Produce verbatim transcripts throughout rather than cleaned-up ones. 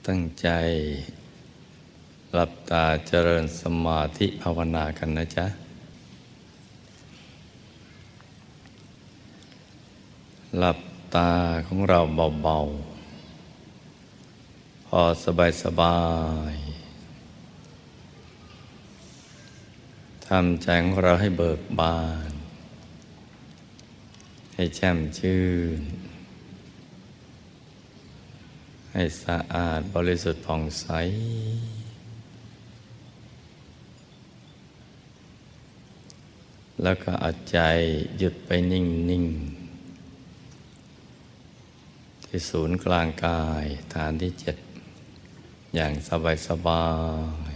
ตั้งใจหลับตาเจริญสมาธิภาวนากันนะจ๊ะหลับตาของเราเบาๆพอสบายๆทำใจของเราให้เบิกบานให้แช่มชื่นให้สะอาดบริสุทธิ์ผ่องใสแล้วก็เอาใจหยุดไปนิ่งๆที่ศูนย์กลางกายฐานที่เจ็ดอย่างสบาย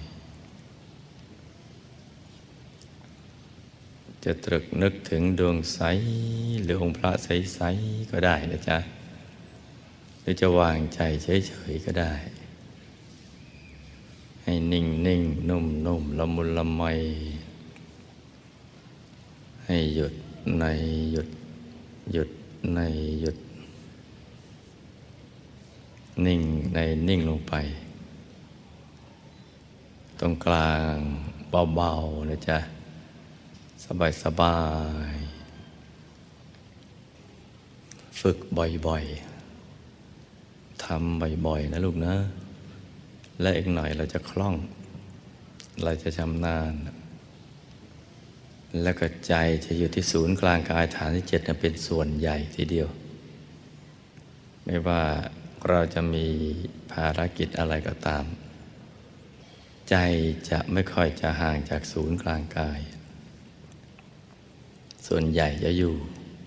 ๆจะตรึกนึกถึงดวงใสหรือองค์พระใสๆก็ได้นะจ๊ะหรือจะวางใจเฉยๆก็ได้ให้นิ่งๆ นนุ่มๆละมุนละไมให้หยุดในหยุดหยุดในหยุดนิ่งในนิ่งลงไปตรงกลางเบาๆนะจ๊ะสบายๆฝึกบ่อยๆทำบ่อยๆนะลูกนะและอีกหน่อยเราจะคล่องเราจะชำนาญแล้วก็ใจจะอยู่ที่ศูนย์กลางกายฐานที่เจ็ดเป็นส่วนใหญ่ทีเดียวไม่ว่าเราจะมีภารกิจอะไรก็ตามใจจะไม่ค่อยจะห่างจากศูนย์กลางกายส่วนใหญ่จะอยู่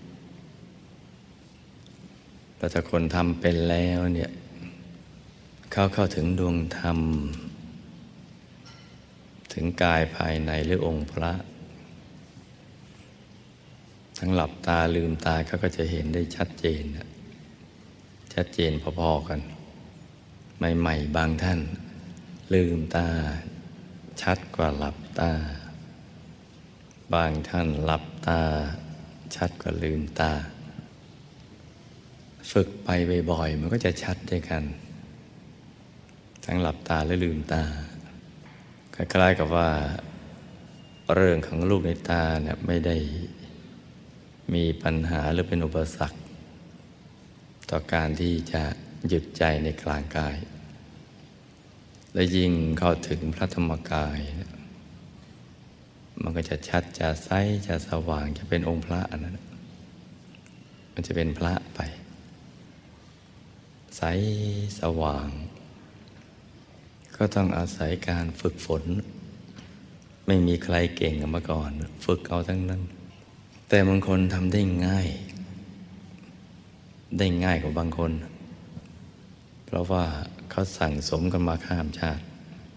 แต่ถ้าคนทำเป็นแล้วเนี่ยเข้าเข้าถึงดวงธรรมถึงกายภายในหรือองค์พระทั้งหลับตาลืมตาเขาก็จะเห็นได้ชัดเจนชัดเจนพอๆกันใหม่ๆบางท่านลืมตาชัดกว่าหลับตาบางท่านหลับตาชัดกว่าลืมตาฝึกไปบ่อยๆมันก็จะชัดด้วยกันทั้งหลับตาและลืมตาคล้ายๆกับว่าเรื่องของลูกในตาเนี่ยไม่ได้มีปัญหาหรือเป็นอุปสรรคต่อการที่จะหยุดใจในกลางกายและยิ่งเข้าถึงพระธรรมกายมันก็จะชัดจะใสจะสว่างจะเป็นองค์พระอันนั้นมันจะเป็นพระไปใสสว่างก็ต้องอาศัยการฝึกฝนไม่มีใครเก่งมาก่อนฝึกเอาทั้งนั้นแต่บางคนทำได้ง่ายได้ง่ายกว่าบางคนเพราะว่าเขาสั่งสมกันมาข้ามชาติ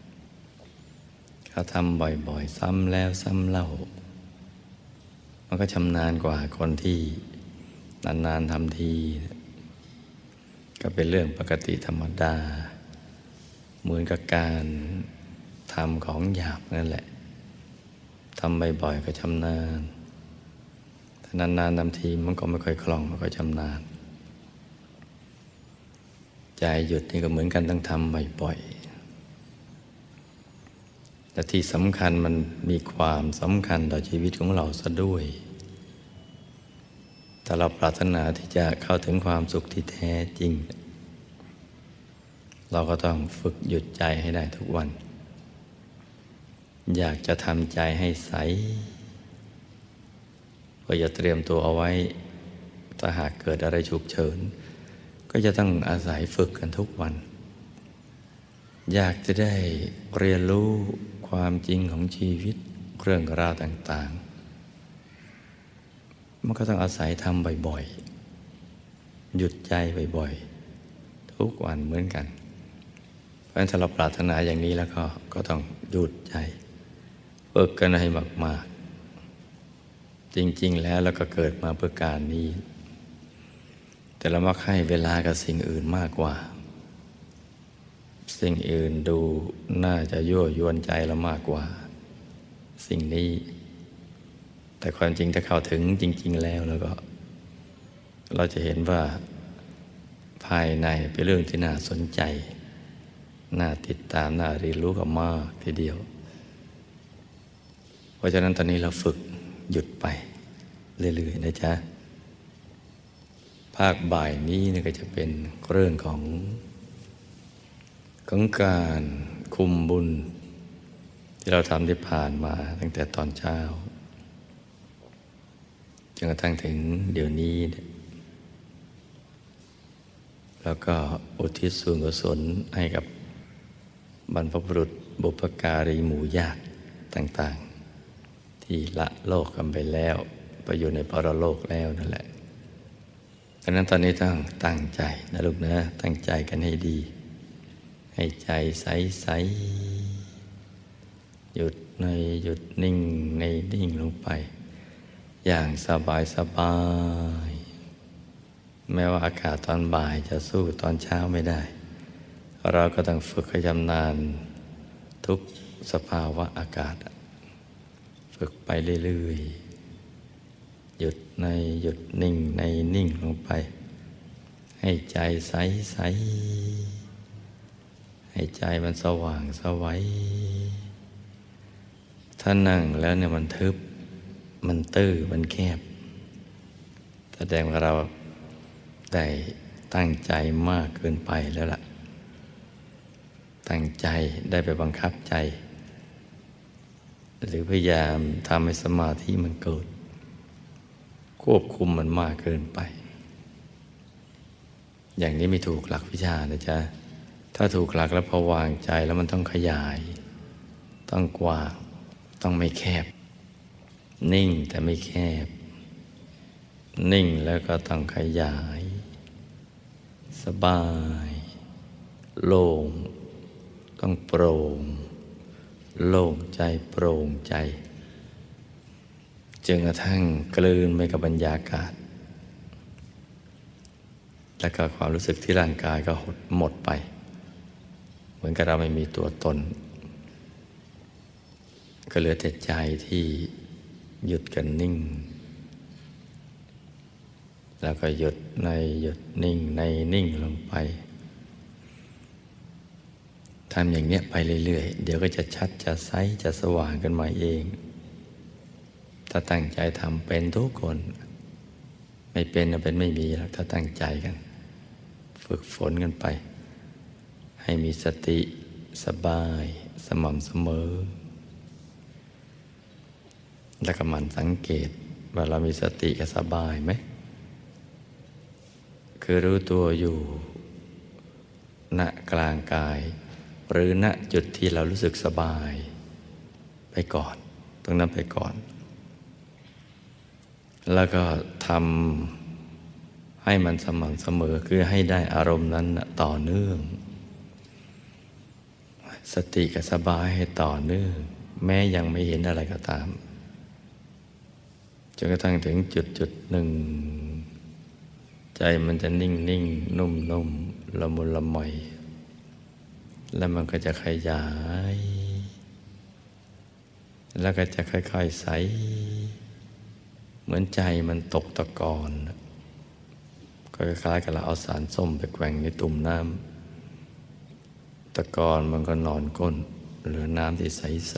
เขาทำบ่อยๆซ้ำแล้วซ้ำเล่ามันก็ชำนาญกว่าคนที่นานๆทำทีก็เป็นเรื่องปกติธรรมดาเหมือนกับการทำของหยาบนั่นแหละทำบ่อยๆก็ชำนาญถ้านานๆทำทีมันก็ไม่ค่อยคล่องไม่ค่อยชำนาญใจหยุดนี่ก็เหมือนกันต้องทำบ่อยๆแต่ที่สำคัญมันมีความสำคัญต่อชีวิตของเราซะด้วยถ้าเราปรารถนาที่จะเข้าถึงความสุขที่แท้จริงเราก็ต้องฝึกหยุดใจให้ได้ทุกวันอยากจะทำใจให้ใสเพื่อจะเตรียมตัวเอาไว้ถ้าหากเกิดอะไรฉุกเฉินก็จะต้องอาศัยฝึกกันทุกวันอยากจะได้เรียนรู้ความจริงของชีวิตเรื่องราวต่างๆมันก็ต้องอาศัยทำบ่อยๆหยุดใจบ่อยๆทุกวันเหมือนกันเพราะฉะนั้นถ้าเราปรารถนาอย่างนี้แล้วก็ก็ต้องหยุดใจฝึกกันให้มากๆจริงๆแล้วเราก็เกิดมาเพื่อการนี้แต่เรามักให้เวลากับสิ่งอื่นมากกว่าสิ่งอื่นดูน่าจะยั่วยวนใจเรามากกว่าสิ่งนี้แต่ความจริงถ้าเข้าถึงจริงๆแล้วแล้วก็เราจะเห็นว่าภายในเป็นเรื่องที่น่าสนใจน่าติดตามน่าเรียนรู้กันมากทีเดียวเพราะฉะนั้นตอนนี้เราฝึกหยุดไปเรื่อยๆนะจ๊ะภาคบ่ายนี้เนี่ยก็จะเป็นเรื่องของของการคุมบุญที่เราทำที่ผ่านมาตั้งแต่ตอนเช้าจนกระทั่งถึงเดี๋ยวนี้เนี่ยแล้วก็อุทิศส่วนกุศลให้กับบรรพบุรุษบุพการีหมู่ญาติต่างๆที่ละโลกกันไปแล้วไปอยู่ในปรโลกแล้วนั่นแหละดังนั้นตอนนี้ต้องตั้งใจนะลูกนะตั้งใจกันให้ดีให้ใจใสๆหยุดในหยุดนิ่งในนิ่งลงไปอย่างสบายสบายแม้ว่าอากาศตอนบ่ายจะสู้ตอนเช้าไม่ได้เราก็ต้องฝึกให้ชำนาญทุกสภาวะอากาศฝึกไปเรื่อยๆหยุดในหยุดนิ่งในนิ่งลงไปให้ใจใสใสให้ใจมันสว่างสวัยถ้านั่งแล้วเนี่ยมันทึบมันตื้อมันแคบแสดงว่าเราได้ตั้งใจมากเกินไปแล้วล่ะตั้งใจได้ไปบังคับใจหรือพยายามทำให้สมาธิมันเกิดควบคุมมันมากเกินไปอย่างนี้ไม่ถูกหลักวิชานะจ๊ะถ้าถูกหลักแล้วพอวางใจแล้วมันต้องขยายต้องกว้างต้องไม่แคบนิ่งแต่ไม่แคบนิ่งแล้วก็ต้องขยายสบายโล่งต้องโปร่งโล่งใจโปร่งใจจนกระทั่งกลืนไปกับบรรยากาศแล้วก็ความรู้สึกที่ร่างกายก็หมดไปเหมือนกับเราไม่มีตัวตนก็เหลือแต่ใจที่หยุดกันนิ่งแล้วก็หยุดในหยุดนิ่งในนิ่งลงไปทำอย่างเนี้ยไปเรื่อยๆเดี๋ยวก็จะชัดจะใสจะสว่างกันมาเองถ้าตั้งใจทำเป็นทุกคนไม่เป็นนะเป็นไม่มีหรอกถ้าตั้งใจกันฝึกฝนกันไปให้มีสติสบายสม่ำเสมอแล้วก็หมั่นสังเกตว่าเรามีสติกับสบายไหมคือรู้ตัวอยู่ณกลางกายหรือณจุดที่เรารู้สึกสบายไปก่อนตรงนั้นไปก่อนแล้วก็ทำให้มันสม่ำเสมอคือให้ได้อารมณ์นั้นต่อเนื่องสติกับสบายให้ต่อเนื่องแม้ยังไม่เห็นอะไรก็ตามจนกระทั่งถึงจุดจุดหนึ่งใจมันจะนิ่งนิ่งนุ่มนุ่มละมุนละไมแล้วมันก็จะขยายแล้วก็จะค่อยๆใสเหมือนใจมันตกตะกอนก็คล้ายๆกับเราเอาสารส้มไปแกว่งในตุ่มน้ำตะกอนมันก็นอนก้นเหลือน้ำที่ใส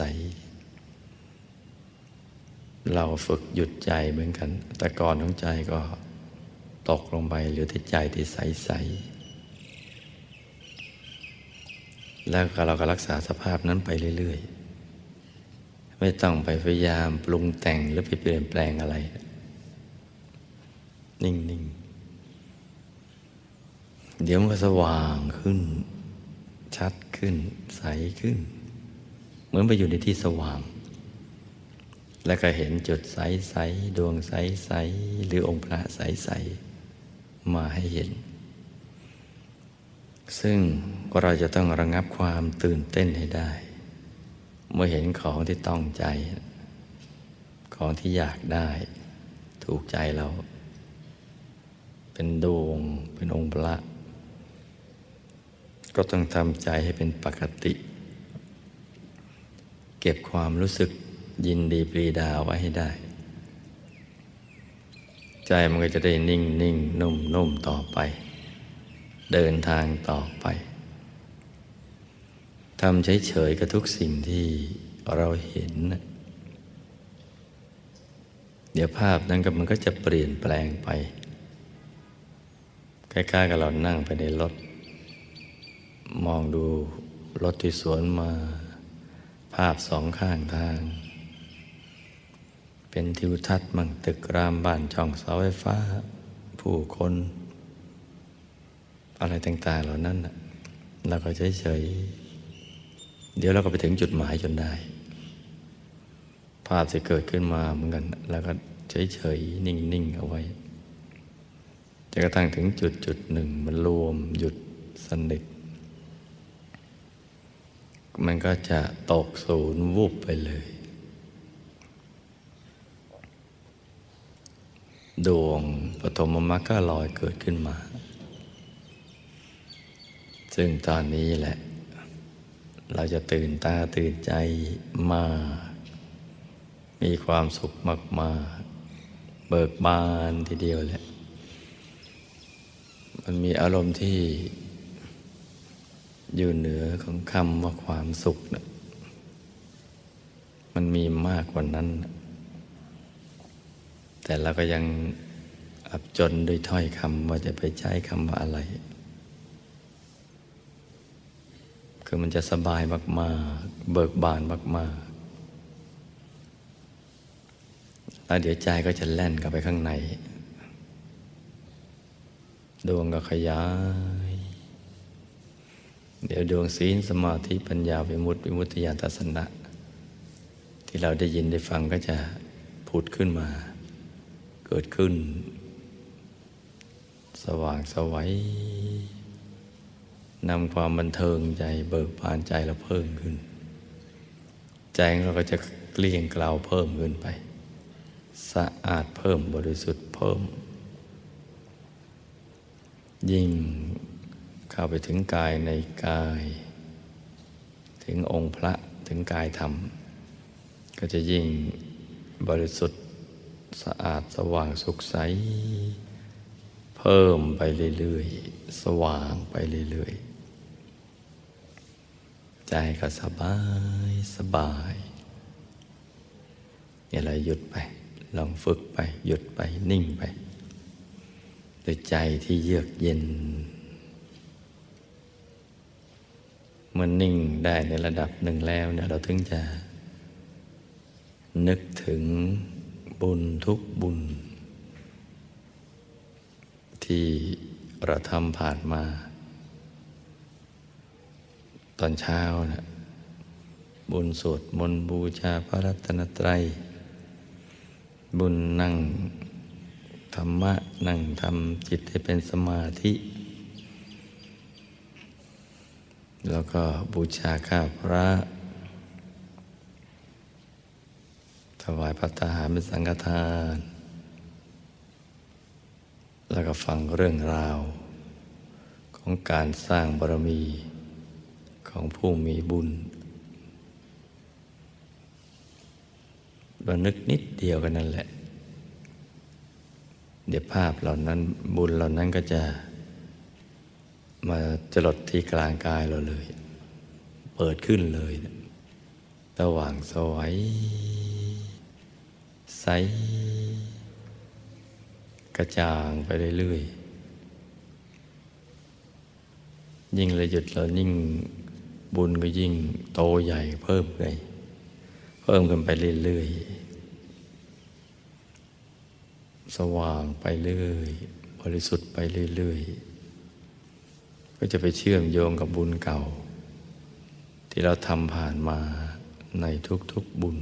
ๆเราฝึกหยุดใจเหมือนกันตะกอนของใจก็ตกลงไปเหลือแต่ใจที่ใสๆแล้วเราก็รักษาสภาพนั้นไปเรื่อยๆไม่ต้องไปพยายามปรุงแต่งหรือไปเปลี่ยนแปลงอะไรนิ่งๆเดี๋ยวมันก็สว่างขึ้นชัดขึ้นใสขึ้นเหมือนไปอยู่ในที่สว่างแล้วก็เห็นจุดใสๆดวงใสๆหรือองค์พระใสๆมาให้เห็นซึ่งเราจะต้องระงับความตื่นเต้นให้ได้เมื่อเห็นของที่ต้องใจของที่อยากได้ถูกใจเราเป็นดวงเป็นองค์พระก็ต้องทำใจให้เป็นปกติเก็บความรู้สึกยินดีปรีดาไว้ให้ได้ใจมันก็จะได้นิ่งนิ่งนุ่มนุ่มต่อไปเดินทางต่อไปทำเฉยๆกับทุกสิ่งที่เราเห็นนะเดี๋ยวภาพนั้นก็มันก็จะเปลี่ยนแปลงไปใกล้ๆกับเรานั่งไปในรถมองดูรถที่สวนมาภาพสองข้างทางเป็นทิวทัศน์มั่งตึกรามบ้านช่องเสาไฟฟ้าผู้คนอะไรต่างๆเหล่านั้นเราก็เฉยๆเดี๋ยวเราก็ไปถึงจุดหมายจนได้ภาพจะเกิดขึ้นมาเหมือนกันแล้วก็เฉยๆนิ่งๆเอาไว้จนกระทั่งถึงจุดจุดหนึ่งมันรวมหยุดสนิทมันก็จะตกศูนย์วูบไปเลยดวงปฐมมรรคก็ลอยเกิดขึ้นมาซึ่งตอนนี้แหละเราจะตื่นตาตื่นใจมามีความสุขมากๆเบิกบานทีเดียวแหละมันมีอารมณ์ที่อยู่เหนือของคำว่าความสุขนะมันมีมากกว่านั้นแต่เราก็ยังอับจนด้วยถ้อยคำว่าจะไปใช้คำว่าอะไรคือมันจะสบายมากๆเบิกบานมากๆแล้วเดี๋ยวใจก็จะแล่นเข้าไปข้างในดวงก็ขยายเดี๋ยวดวงศีลสมาธิปัญญาวิมุตติวิมุตติญาณทัศนะที่เราได้ยินได้ฟังก็จะผุดขึ้นมาเกิดขึ้นสว่างไสวัยนำความบันเทิงใจเบิกบานใจเราเพิ่มขึ้นใจของเราก็จะเกลี้ยงเกลาเพิ่มขึ้นไปสะอาดเพิ่มบริสุทธิ์เพิ่มยิ่งเข้าไปถึงกายในกายถึงองค์พระถึงกายธรรมก็จะยิ่งบริสุทธิ์สะอาดสว่างสุขใสเพิ่มไปเรื่อยๆสว่างไปเรื่อยๆใจก็สบายสบายอย่าเลยหยุดไปลองฝึกไปหยุดไปนิ่งไปด้วยใจที่เยือกเย็นเมื่อนิ่งได้ในระดับหนึ่งแล้วเนี่ยเราถึงจะนึกถึงบุญทุกบุญที่เราทำผ่านมาตอนเช้านะบุญสวดมนต์บูชาพระรัตนตรัยบุญนั่งธรรมะนั่งทำจิตให้เป็นสมาธิแล้วก็บูชาข้าพระถวายภัตตาหารเป็นสังฆทานแล้วก็ฟังเรื่องราวของการสร้างบารมีของผู้มีบุญเรานึกนิดเดียวกันนั่นแหละเดี๋ยวภาพเหล่านั้นบุญเหล่านั้นก็จะมาจรดที่กลางกายเราเลยเปิดขึ้นเลยสว่างไสวัยใสกระจ่างไปเรื่อยๆยิ่งเราหยุดเรายิ่งบุญก็ยิ่งโตใหญ่เพิ่มไปเพิ่มกันไปเรื่อยๆสว่างไปเรื่อยบริสุทธิ์ไปเรื่อยๆก็จะไปเชื่อมโยงกับบุญเก่าที่เราทำผ่านมาในทุกๆบุญ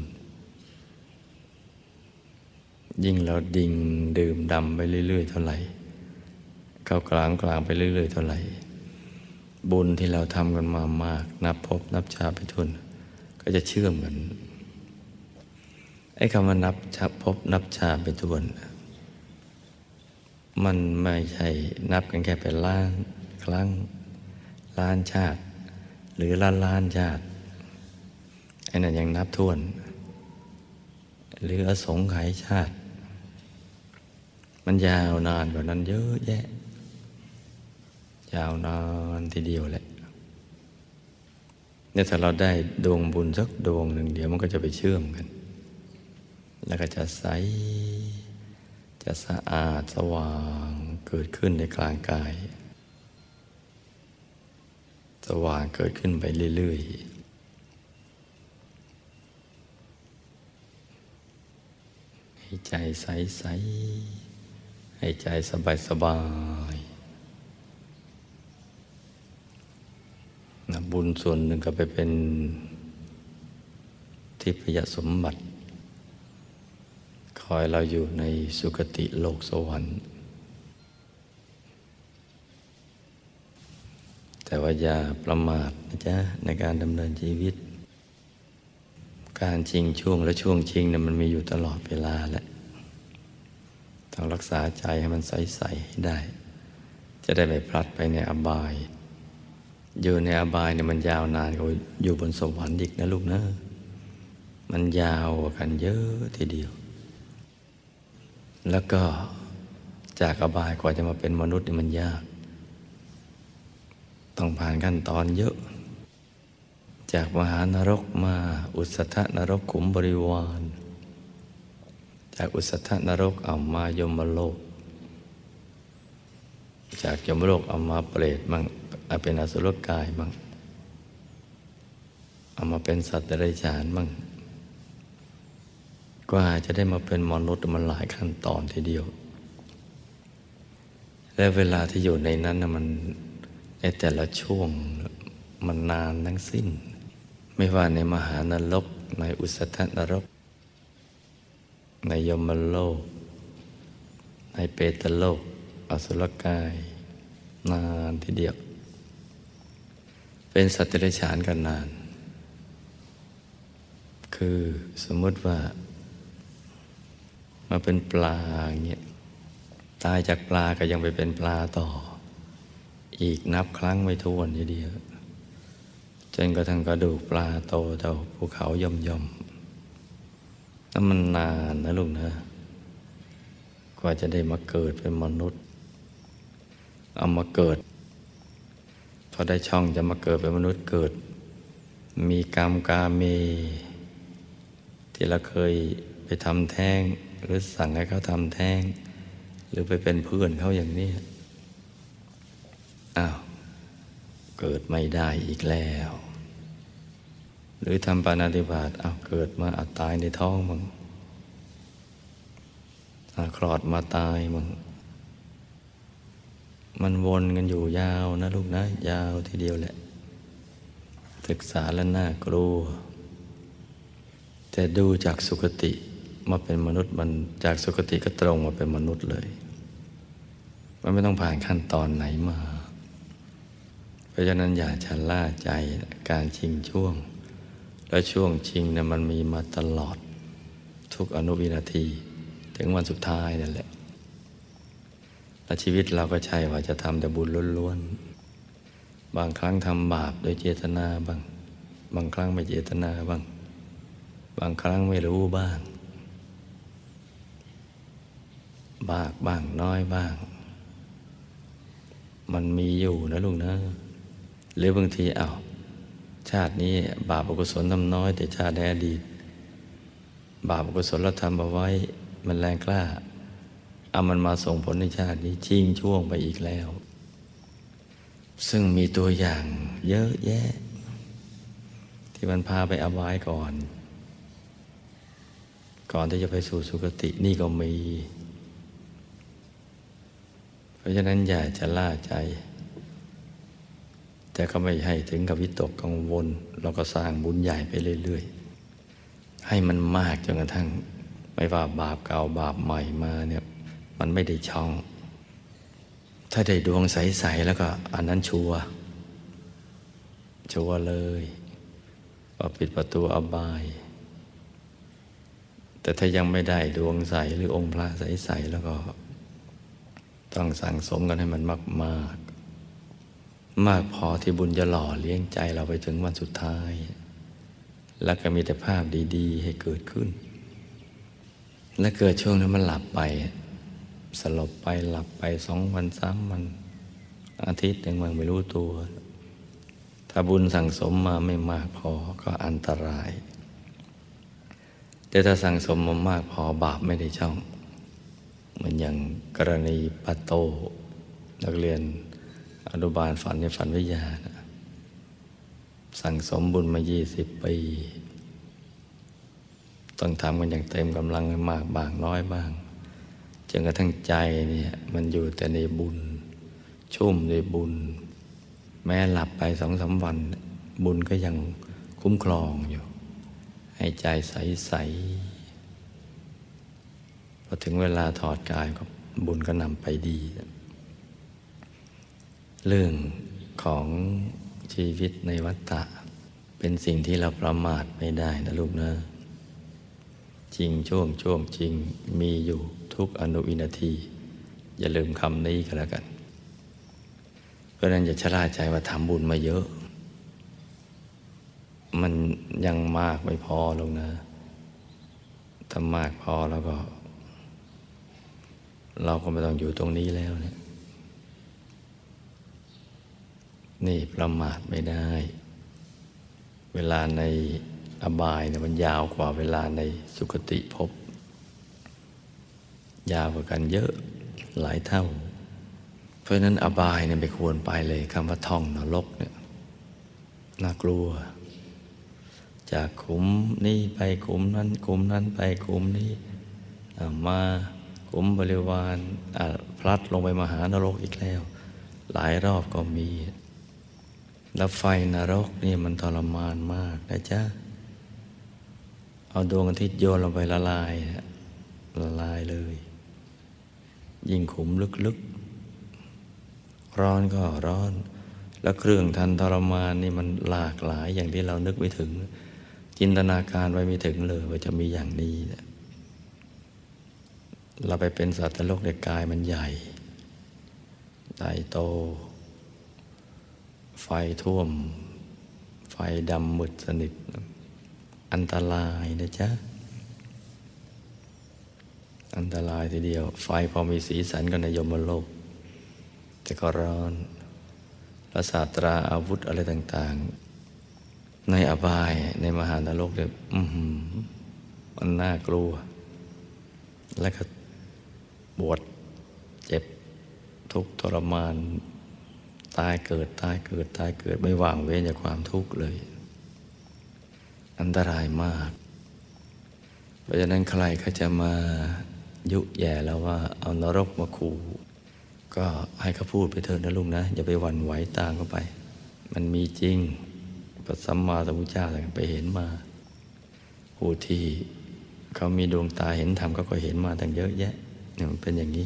ยิ่งเราดิ่งดื่มดำไปเรื่อยๆเท่าไหร่เข้ากลางกลางไปเรื่อยๆเท่าไหร่บุญที่เราทำกันมามากนับพบนับชาติไปทุนก็จะเชื่อมกันไอ้คำว่านับชาพบนับชาติไปทุนมันไม่ใช่นับกันแค่เป็นล้านครั้งล้านชาติหรือล้านล้านชาติไอ้นั่นยังนับถ้วนหรืออสงไขยชาติมันยาวนานกว่านั้นเยอะแยะยาวนานทีเดียวแหละเนี่ยถ้าเราได้ดวงบุญสักดวงหนึ่งเดี๋ยวมันก็จะไปเชื่อมกันแล้วก็จะใสจะสะอาดสว่างเกิดขึ้นในกลางกายสว่างเกิดขึ้นไปเรื่อยๆให้ใจใสๆให้ใจสบายๆนะบุญส่วนหนึ่งก็ไปเป็นทิพยสมบัติคอยเราอยู่ในสุคติโลกสวรรค์แต่ว่าอย่าประมาทนะจ๊ะในการดำเนินชีวิตการชิงช่วงและช่วงชิงเนี่ยมันมีอยู่ตลอดเวลาแหละต้องรักษาใจให้มันใสๆให้ได้จะได้ไม่พลัดไปในอบายอยู่ในอบายเนี่ยมันยาวนานกว่าอยู่บนสวรรค์อีกนะลูกนะมันยาวกว่ากันเยอะทีเดียวแล้วก็จากอบายกว่าจะมาเป็นมนุษย์นี่มันยากต้องผ่านขั้นตอนเยอะจากมหานรกมาอุสธนรกขุมบริวารจากอุสธนรกเอามายมโลกจากยมโลกเอามาเปรตมั่งเอาเป็นอสุรกายมั่งเอามาเป็นสัตว์เดรัจฉานมั่งกว่าจะได้มาเป็นมนุษย์มันหลายขั้นตอนทีเดียวและเวลาที่อยู่ในนั้นนะมันในแต่ละช่วงมันนานทั้งสิ้นไม่ว่าในมหานรกในอุสธนรกในยมโลกในเปตโลกอสุรกายนานทีเดียวเป็นสัตว์เดรัจฉานกันนานคือสมมติว่ามาเป็นปลาอย่างเงี้ยตายจากปลาก็ยังไปเป็นปลาต่ออีกนับครั้งไม่ถ้วนทีเดียวจนกระทั่งกระดูกปลาโตเท่าภูเขาย่อมย่อมนั่นมันนานนะลูกนะกว่าจะได้มาเกิดเป็นมนุษย์เอามาเกิดพอได้ช่องจะมาเกิดเป็นมนุษย์เกิดมีกรรมกาเมที่เราเคยไปทำแท้งหรือสั่งให้เขาทำแท้งหรือไปเป็นเพื่อนเขาอย่างนี้อ้าวเกิดไม่ได้อีกแล้วหรือทำปาณาติบาตอ้าวเกิดมาอาจตายในท้องมั้งคลอดมาตายมั้งมันวนกันอยู่ยาวนะลูกนะยาวทีเดียวแหละศึกษาแล้วน่ากลัวแต่ดูจากสุคติมาเป็นมนุษย์มันจากสุคติก็ตรงมาเป็นมนุษย์เลยมันไม่ต้องผ่านขั้นตอนไหนมาเพราะฉะนั้นอย่าชะล่าใจการชิงช่วงและช่วงชิงเนี่ยมันมีมาตลอดทุกอนุวินาทีถึงวันสุดท้ายนั่นแหละและชีวิตเราก็ใช่ว่าจะทำแต่บุญล้วนๆบางครั้งทำบาปโดยเจตนาบ้างบางครั้งไม่เจตนาบ้างบางครั้งไม่รู้บ้างบากบ้างน้อยบ้างมันมีอยู่นะลูกนะหรือบางทีอ้าวชาตินี้บาปอกุศลทำน้อยแต่ชาติในอดีตบาปอกุศลเราทำเอาไว้มันแรงกล้าเอามันมาส่งผลในชาตินี้ชิงช่วงไปอีกแล้วซึ่งมีตัวอย่างเยอะแยะที่มันพาไปอบายก่อนก่อนที่จะไปสู่สุคตินี่ก็มีเพราะฉะนั้นอย่าจะล่าใจแต่ก็ไม่ให้ถึงกับวิตกกังวลเราก็สร้างบุญใหญ่ไปเรื่อยๆให้มันมากจนกระทั่งไม่ว่าบาปเก่าบาปใหม่มาเนี่ยมันไม่ได้ช่องถ้าได้ดวงใสๆแล้วก็อันนั้นชัวร์ชัวร์เลยก็ปิดประตูอบายแต่ถ้ายังไม่ได้ดวงใสหรือองค์พระใสๆแล้วก็ต้องสั่งสมกันให้มันมากมากมากพอที่บุญจะหล่อเลี้ยงใจเราไปถึงวันสุดท้ายแล้วก็มีแต่ภาพดีๆให้เกิดขึ้นและเกิดช่วงนั้นมันหลับไปสลบไปหลับไปสองวันสามวันอาทิตย์หนึ่งวันไม่รู้ตัวถ้าบุญสั่งสมมาไม่มากพอก็อันตรายแต่ถ้าสั่งสมมามากพอบาปไม่ได้ช่องเหมือนอย่างกรณีปาโตนักเรียนอนุบาลฝันในฝันวิทยานะสั่งสมบุญมายี่สิบปีต้องทำกันอย่างเต็มกำลังมากบางน้อยบ้างจนกระทั่งใจเนี่ยมันอยู่แต่ในบุญชุ่มในบุญแม้หลับไปสองสามวันบุญก็ยังคุ้มครองอยู่ให้ใจใสๆพอถึงเวลาถอดกายก็บุญก็นำไปดีเรื่องของชีวิตในวัฏฏะเป็นสิ่งที่เราประมาทไม่ได้นะลูกนะจริงช่วงช่วงจริงมีอยู่ทุกอนุวินาทีอย่าลืมคำนี้ก็แล้วกันเพราะนั้นอย่าชะล่าใจว่าทำบุญมาเยอะมันยังมากไม่พอลงนะถ้ามากพอแล้วก็เราก็ไม่ต้องอยู่ตรงนี้แล้วเนี่ยนี่ประมาทไม่ได้เวลาในอบายเนี่ยมันยาวกว่าเวลาในสุคติภพยาวกว่ากันเยอะหลายเท่าเพราะฉะนั้นอบายเนี่ยไม่ควรไปเลยคำว่าท่องนรกเนี่ยน่ากลัวจากขุมนี้ไปขุมนั้นขุมนั้นไปขุมนี้มาขุมบริวารพลัดลงไปมหานรกอีกแล้วหลายรอบก็มีแล้วไฟนรกนี่มันทรมานมากนะจ๊ะเอาดวงอาทิตย์โยนลงไปละลายละลายเลยยิ่งขุมลึกๆร้อนก็ร้อนแล้วเครื่องทันทรมานนี่มันหลากหลายอย่างที่เรานึกไม่ถึงจินตนาการไว้ไม่ถึงเลยว่าจะมีอย่างนี้เราไปเป็นสัตว์โลกในกายมันใหญ่ใหญ่โตไฟท่วมไฟดำมืดสนิทอันตรายนะจ๊ะอันตรายทีเดียวไฟพอมีสีสันก็ในยมโลกแต่ก็ร้อนและศาสตราอาวุธอะไรต่างๆในอบายในมหานรกเนี่ยอือหือมันน่ากลัวและก็ปวดเจ็บทุกข์ทรมานตายเกิดตายเกิดตายเกิดไม่ว่างเว้นจากความทุกข์เลยอันตรายมากเพราะฉะนั้นใครเขาจะมายุแย่แล้วว่าเอานรกมาขู่ก็ให้เขาพูดไปเถอะนะลุงนะอย่าไปหวั่นไหวตามเขาไปมันมีจริงพระสัมมาสัมพุทธเจ้าไปเห็นมาผู้ที่เขามีดวงตาเห็นธรรมเขาก็เห็นมาตั้งเยอะแยะเนี่ยมันเป็นอย่างนี้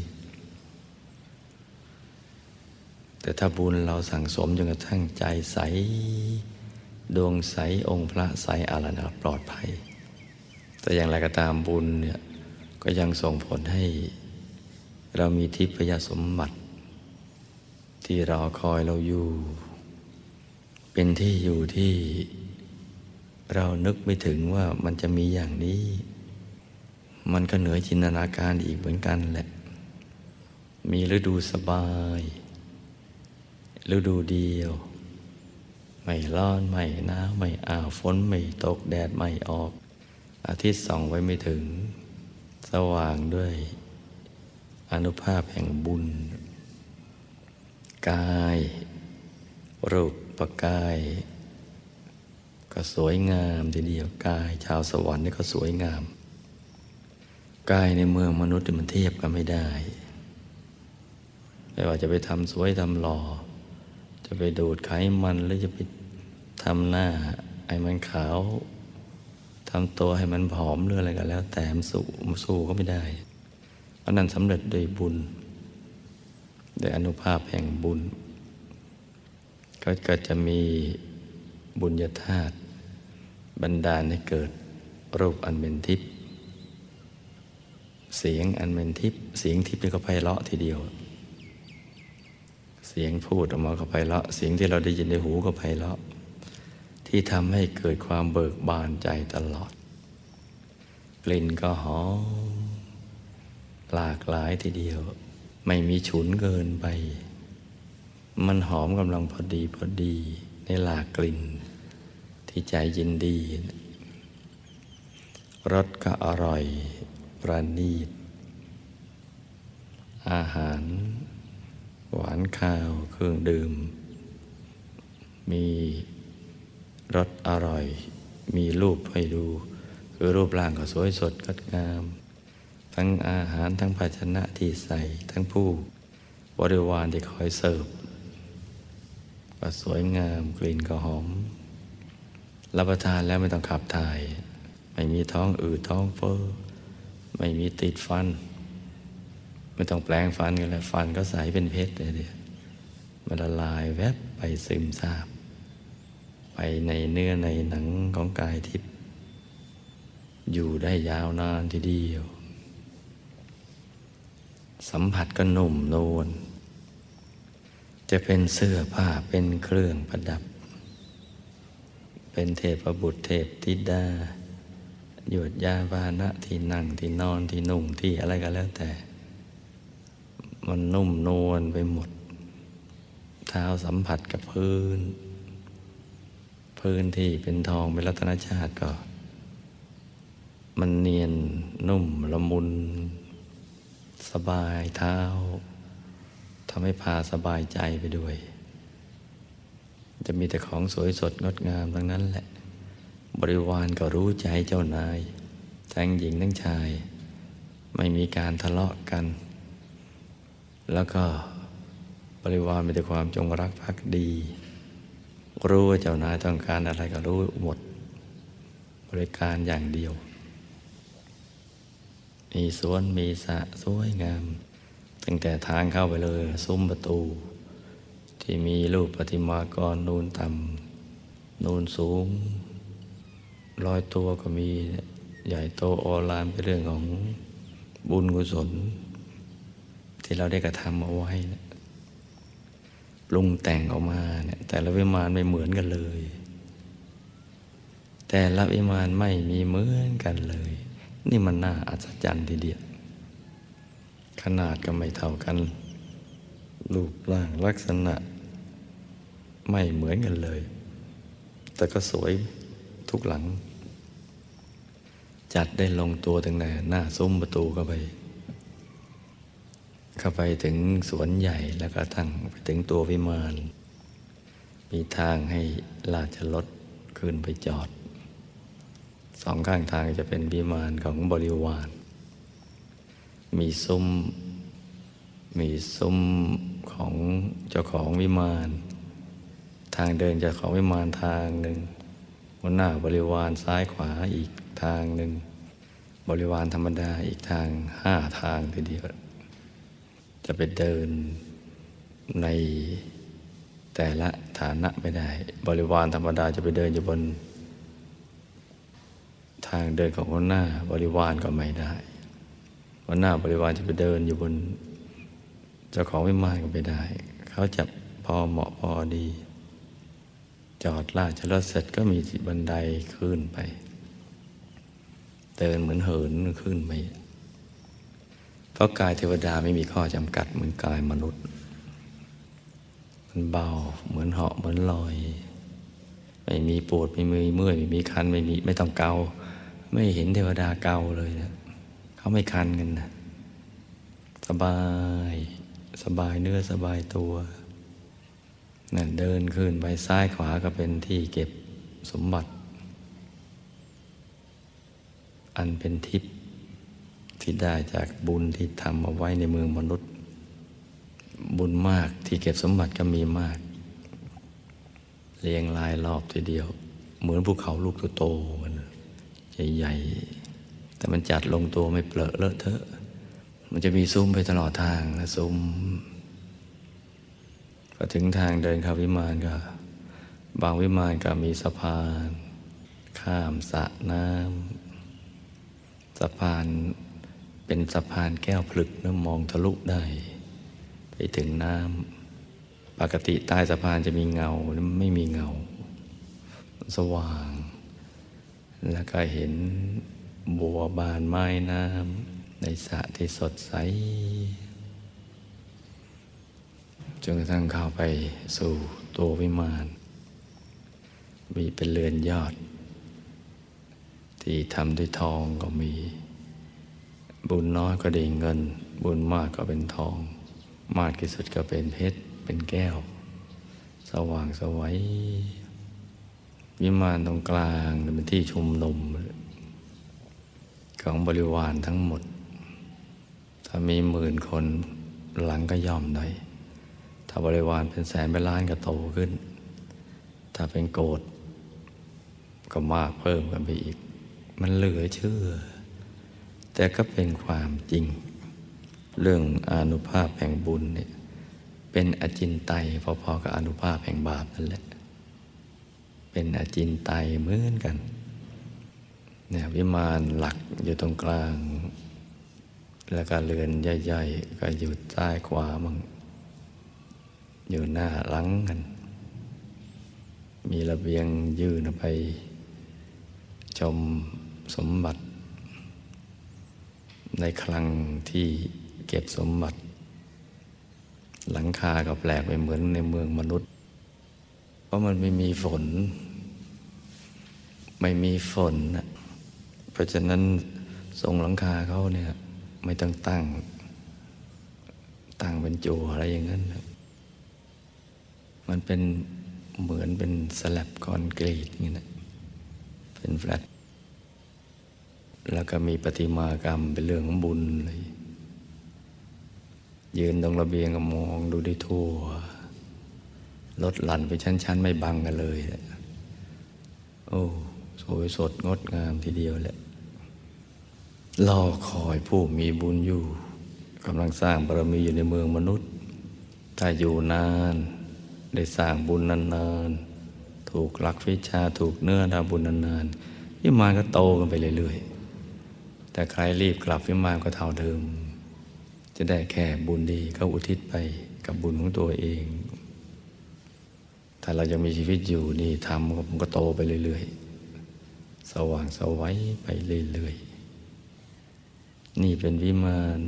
แต่ถ้าบุญเราสั่งสมจนกระทั่งใจใสดวงใสองค์พระใสอะไรนะปลอดภัยแต่อย่างไรก็ตามบุญเนี่ยก็ยังส่งผลให้เรามีทิพยสมบัติที่รอคอยเราอยู่เป็นที่อยู่ที่เรานึกไม่ถึงว่ามันจะมีอย่างนี้มันก็เหนือจินตนาการอีกเหมือนกันแหละมีฤดูสบายฤดูเดียวไม่ร้อนไม่หนาวไม่อ้าวฝนไม่ตกแดดไม่ออกอาทิตย์ส่องไว้ไม่ถึงสว่างด้วยอานุภาพแห่งบุญกายรูปปกายก็สวยงามทีเดียวกายชาวสวรรค์นี่ก็สวยงามกายในเมืองมนุษย์มันเทียบกันไม่ได้ไม่ว่าจะไปทำสวยทำหล่อจะไปดูดไขมันหรือจะไปทำหน้าให้มันขาวทำตัวให้มันผอมหรืออะไรก็แล้วแต่มันสู้มันสู้ก็ไม่ได้เพราะนั้นสำเร็จโดยบุญโดยอานุภาพแห่งบุญก็ก็จะมีบุญญาธาตุบันดาลให้เกิดรูปอันเป็นทิพย์เสียงอันเป็นทิพย์เสียงทิพย์นี่ก็ไพเราะทีเดียวเสียงพูดออกมาก็ไพเราะเสียงที่เราได้ยินในหูก็ไพเราะที่ทำให้เกิดความเบิกบานใจตลอดกลิ่นก็หอมหลากหลายทีเดียวไม่มีฉุนเกินไปมันหอมกำลังพอดีพอดีในหลากกลิ่นที่ใจยินดีรสก็อร่อยประณีตอาหารหวานข้าวเครื่องดื่มมีรสอร่อยมีรูปให้ดูคือรูปร่างก็สวยสดงดงามทั้งอาหารทั้งภาชนะที่ใส่ทั้งผู้บริวารที่คอยเสิร์ฟก็สวยงามกลิ่นก็หอมรับประทานแล้วไม่ต้องขับถ่ายไม่มีท้องอืดท้องเฟ้อไม่มีติดฟันไม่ต้องแปลงฟันกันแล้วฟันก็ใสเป็นเพชรเลยเดียวมันละลายแวบไปซึมซาบไปในเนื้อในหนังของกายทิพย์อยู่ได้ยาวนานทีเดียวสัมผัสก็นุ่มนวลจะเป็นเสื้อผ้าเป็นเครื่องประดับเป็นเทพบุตรเทพธิดาหยวดยาพาหนะที่นั่งที่นอนที่นุ่งที่อะไรก็แล้วแต่มันนุ่มนวลไปหมดเท้าสัมผัสกับพื้นพื้นที่เป็นทองเป็นรัตนชาติก็มันเนียนนุ่มละมุนสบายเท้าทำให้พาสบายใจไปด้วยจะมีแต่ของสวยสดงดงามทั้งนั้นแหละบริวารก็รู้ใจเจ้านายทั้งหญิงทั้งชายไม่มีการทะเลาะกันแล้วก็บริวารมีแต่ความจงรักภักดีรู้ว่าเจ้านายต้องการอะไรก็รู้หมดบริการอย่างเดียวมีสวนมีสระสวยงามตั้งแต่ทางเข้าไปเลยซุ้มประตูที่มีรูปประติมากรนูนต่ำนูนสูงร้อยตัวก็มีใหญ่โตโอฬารเป็นเรื่องของบุญกุศลที่เราได้กระทำเอาไว้นะปรุงแต่งออกมาเนี่ยแต่ละวิมานไม่เหมือนกันเลยแต่ละวิมานไม่มีเหมือนกันเลยนี่มันน่าอัศจรรย์ทีเดียวขนาดก็ไม่เท่ากันรูปร่างลักษณะไม่เหมือนกันเลยแต่ก็สวยทุกหลังจัดได้ลงตัวตั้งแต่หน้าซุ้มประตูเข้าไปเข้าไปถึงสวนใหญ่แล้วก็ทั้งไปถึงตัววิมานมีทางให้ราชรถขึ้นไปจอดสองข้างทางจะเป็นวิมานของบริวารมีซุ้มมีซุ้มของเจ้าของวิมานทางเดินเจ้าของวิมานทางหนึ่งหัวหน้าบริวารซ้ายขวาอีกทางหนึ่งบริวารธรรมดาอีกทางห้าทางทีเดียวจะไปเดินในแต่ละฐานะไม่ได้บริวารธรรมดาจะไปเดินอยู่บนทางเดินของหัวหน้าบริวารก็ไม่ได้หัวหน้าบริวารจะไปเดินอยู่บนเจ้าของวิมานก็ไม่ได้เขาจะพอเหมาะพอดีจอดราชรถเสร็จก็มีบันไดขึ้นไปเดินเหมือนเหินขึ้นไปเพราะกายเทวดาไม่มีข้อจำกัดเหมือนกายมนุษย์มันเบาเหมือนเหาะเหมือนลอยไม่มีปวดไม่มีเมื่อยไม่มีคันไม่มีไม่ต้องเกาไม่เห็นเทวดาเกาเลยนะเขาไม่คันกันนะสบายสบายเนื้อสบายตัวนั่นเดินขึ้นไปซ้ายขวาก็เป็นที่เก็บสมบัติอันเป็นทิพย์ที่ได้จากบุญที่ทำเอาไว้ในเมืองมนุษย์บุญมากที่เก็บสมบัติก็มีมากเรียงรายรอบทีเดียวเหมือนภูเขาลูกโตๆมันใหญ่ๆแต่มันจัดลงตัวไม่เปลอะเลอะเทอะมันจะมีซุ้มไปตลอดทางนะซุ้มพอถึงทางเดินเข้าวิมานก็บางวิมานก็มีสะพานข้ามสระน้ำสะพานเป็นสะพานแก้วผลึกนะมองทะลุได้ไปถึงน้ำปกติใต้สะพานจะมีเงาไม่มีเงาสว่างแล้วก็เห็นบัวบานไม้น้ำในสระที่สดใสจนกระทั่งเข้าไปสู่ตัววิมานมีเป็นเรือนยอดที่ทำด้วยทองก็มีบุญน้อยก็ได้เงินบุญมากก็เป็นทองมากที่สุดก็เป็นเพชรเป็นแก้วสว่างไสววิมานตรงกลางเป็นที่ชุมนุมของบริวารทั้งหมดถ้ามีหมื่นคนหลังก็ย่อมหน่อยถ้าบริวารเป็นแสนเป็นล้านก็โตขึ้นถ้าเป็นโกฏก็มากเพิ่มกันไปอีกมันเหลือเชื่อแต่ก็เป็นความจริงเรื่องอานุภาพแห่งบุญเนี่ยเป็นอจินไตยพอๆกับอานุภาพแห่งบาปนั่นแหละเป็นอจินไตยเหมือนกันเนี่ยวิมานหลักอยู่ตรงกลางแล้วก็เรือนใหญ่ๆก็อยู่ซ้ายขวามั่งอยู่หน้าหลังกันมีระเบียงยื่นไปชมสมบัติในคลังที่เก็บสมบัติหลังคาก็แปลกไปเหมือนในเมืองมนุษย์เพราะมันไม่มีฝนไม่มีฝนนะเพราะฉะนั้นทรงหลังคาเขาเนี่ยไม่ต้องตั้งตั้งเป็นจั่วอะไรอย่างนั้นนะมันเป็นเหมือนเป็นสแลบคอนกรีตนี่นะเป็นแฟลตแล้วก็มีประติมากรรมเป็นเรื่องของบุญเลยยืนตรงระเบียงก็มองดูได้ทั่วลดหลั่นไปชั้นๆไม่บังกันเลยโอ้สวยสดงดงามทีเดียวแหละรอคอยผู้มีบุญอยู่กำลังสร้างบารมีอยู่ในเมืองมนุษย์ถ้าอยู่นานได้สร้างบุญนานๆถูกหลักวิชาถูกเนื้อดาบุญนานๆวิมานก็โตกันไปเรื่อยๆแต่ใครรีบกลับวิมานก็เท่าเดิมจะได้แค่บุญดีก็อุทิศไปกับบุญของตัวเองถ้าเรายังมีชีวิตอยู่นี่ทำมันก็โตไปเรื่อยๆสว่างไสวไปเรื่อยๆนี่เป็นวิมาน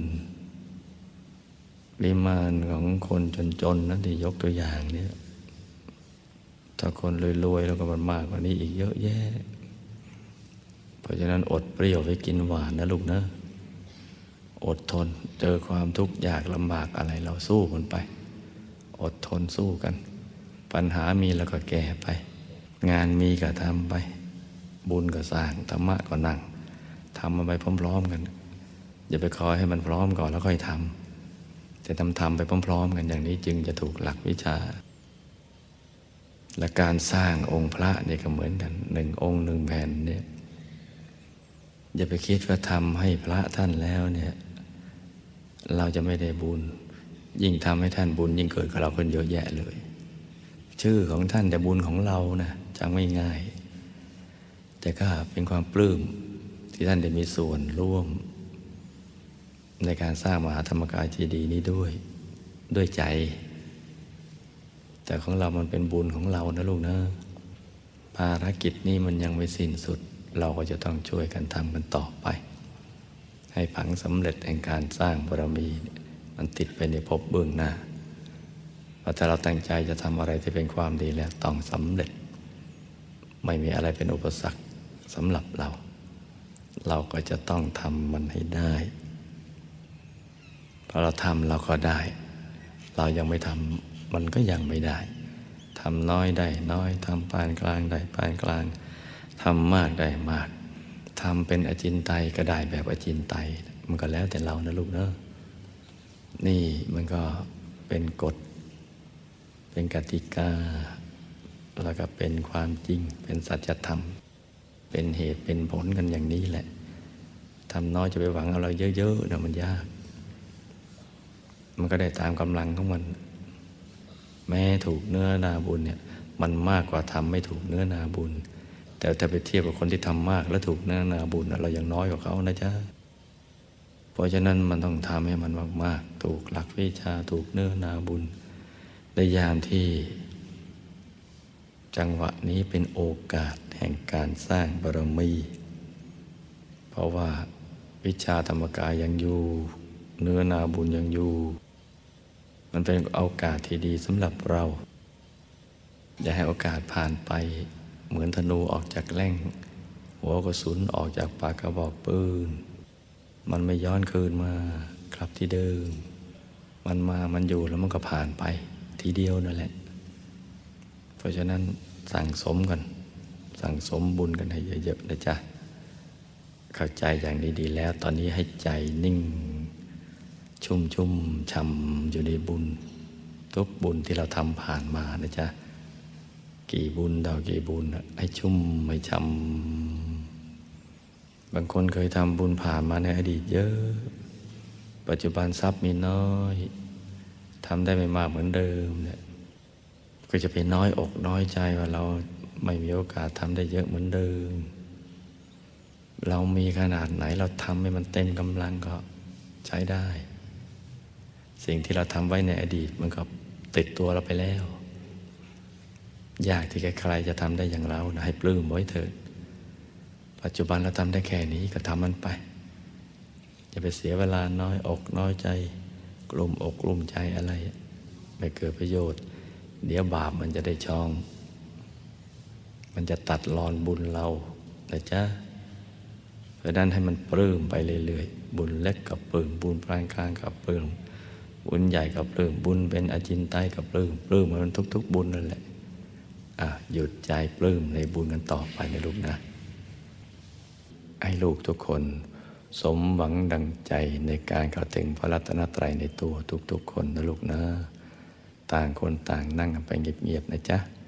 วิมานของคนจนๆนั่นที่ยกตัวอย่างเนี่ยถ้าคนรวยๆแล้วก็มันมากกว่านี้อีกเยอะแยะเพราะฉะนั้นอดเปรี้ยวไว้กินหวานนะลูกนะอดทนเจอความทุกข์ยากลำบากอะไรเราสู้มันไปอดทนสู้กันปัญหามีแล้วก็แก้ไปงานมีก็ทำไปบุญก็สร้างธรรมะก็นั่งทำมันไปพร้อมๆกันอย่าไปคอยให้มันพร้อมก่อนแล้วค่อยทำจะทำทำไปพร้อมๆกันอย่างนี้จึงจะถูกหลักวิชาและการสร้างองค์พระเนี่ยก็เหมือนกันหนึ่งองค์หนึ่งแผ่นเนี่ยอย่าไปคิดว่าทำให้พระท่านแล้วเนี่ยเราจะไม่ได้บุญยิ่งทำให้ท่านบุญยิ่งเกิดกับเราเพิ่นเยอะแยะเลยชื่อของท่านแต่บุญของเรานะจำไม่ง่ายแต่ก็เป็นความปลื้มที่ท่านได้มีส่วนร่วมในการสร้างมหาธรรมกายเจดีย์นี้ด้วยด้วยใจแต่ของเรามันเป็นบุญของเรานะลูกนะภารกิจนี้มันยังไม่สิ้นสุดเราก็จะต้องช่วยกันทำกันต่อไปให้ผังสำเร็จแห่งการสร้างบารมีมันติดไปในภพเบื้องหน้าว่าถ้าเราตั้งใจจะทำอะไรที่เป็นความดีแล้วต้องสำเร็จไม่มีอะไรเป็นอุปสรรคสำหรับเราเราก็จะต้องทำมันให้ได้พอเราทำเราก็ได้เรายังไม่ทำมันก็ยังไม่ได้ทำน้อยได้น้อยทำปานกลางได้ปานกลางทำมากได้มากทำเป็นอจินไตยก็ได้แบบอจินไตยมันก็แล้วแต่เรานะลูกเนอะนี่มันก็เป็นกฎเป็นกติกาแล้วก็เป็นความจริงเป็นสัจธรรมเป็นเหตุเป็นผลกันอย่างนี้แหละทำน้อยจะไปหวังอะไรเยอะๆนะมันยากมันก็ได้ตามกำลังของมันแม้ถูกเนื้อนาบุญเนี่ยมันมากกว่าทำไม่ถูกเนื้อนาบุญแต่ถ้าไปเทียบกับคนที่ทำมากแล้วถูกเนื้อนาบุญเรายังน้อยกว่าเขานะจ๊ะเพราะฉะนั้นมันต้องทำให้มันมากๆถูกหลักวิชาถูกเนื้อนาบุญในยามที่จังหวะนี้เป็นโอกาสแห่งการสร้างบารมีเพราะว่าวิชาธรรมกายยังอยู่เนื้อนาบุญยังอยู่มันเป็นโอกาสที่ดีสำหรับเราอย่าให้โอกาสผ่านไปเหมือนธนูออกจากแล่งหัวกระสุนออกจากปากกระบอกปืนมันไม่ย้อนคืนมากลับที่เดิมมันมามันอยู่แล้วมันก็ผ่านไปทีเดียวนั่นแหละเพราะฉะนั้นสั่งสมกันสั่งสมบุญกันให้เยอะๆนะจ๊ะเข้าใจอย่างนี้ดีแล้วตอนนี้ให้ใจนิ่งชุ่มชุ่มช่ำอยู่ในบุญทุกบุญที่เราทำผ่านมานะจ๊ะกี่บุญต่อกี่บุญให้ชุ่มให้ช่ำบางคนเคยทำบุญผ่านมาในอดีตเยอะปัจจุบันทรัพย์มีน้อยทำได้ไม่มากเหมือนเดิมเนี่ยก็จะไปน้อยอกน้อยใจว่าเราไม่มีโอกาสทำได้เยอะเหมือนเดิมเรามีขนาดไหนเราทำให้มันเต็มกำลังก็ใช้ได้สิ่งที่เราทำไว้ในอดีตมันก็ติดตัวเราไปแล้วยากที่ใครๆจะทำได้อย่างเรานะให้ปลื้มไว้เถิดปัจจุบันเราทำได้แค่นี้ก็ทำมันไปอย่าไปเสียเวลาน้อยอกน้อยใจกลุ่มอกกลุ่มใจอะไรไม่เกิดประโยชน์เดี๋ยวบาปมันจะได้ช่องมันจะตัดรอนบุญเรานะจ๊ะเพราะนั้นให้มันปลื้มไปเรื่อยๆบุญเล็กกับปลื้มบุญปานกลางกับปลื้มบุญใหญ่กับปลื้มบุญเป็นอจินไตยกับปลื้มปลื้มมันทุกๆบุญนั่นแหละอ่ะหยุดใจปลื้มในบุญกันต่อไปนะลูกนะให้ลูกทุกคนสมหวังดังใจในการเข้าถึงพระรัตนตรัยในตัวทุกๆคนนะลูกนะต่างคนต่างนั่งกันไปเงียบๆนะจ๊ะ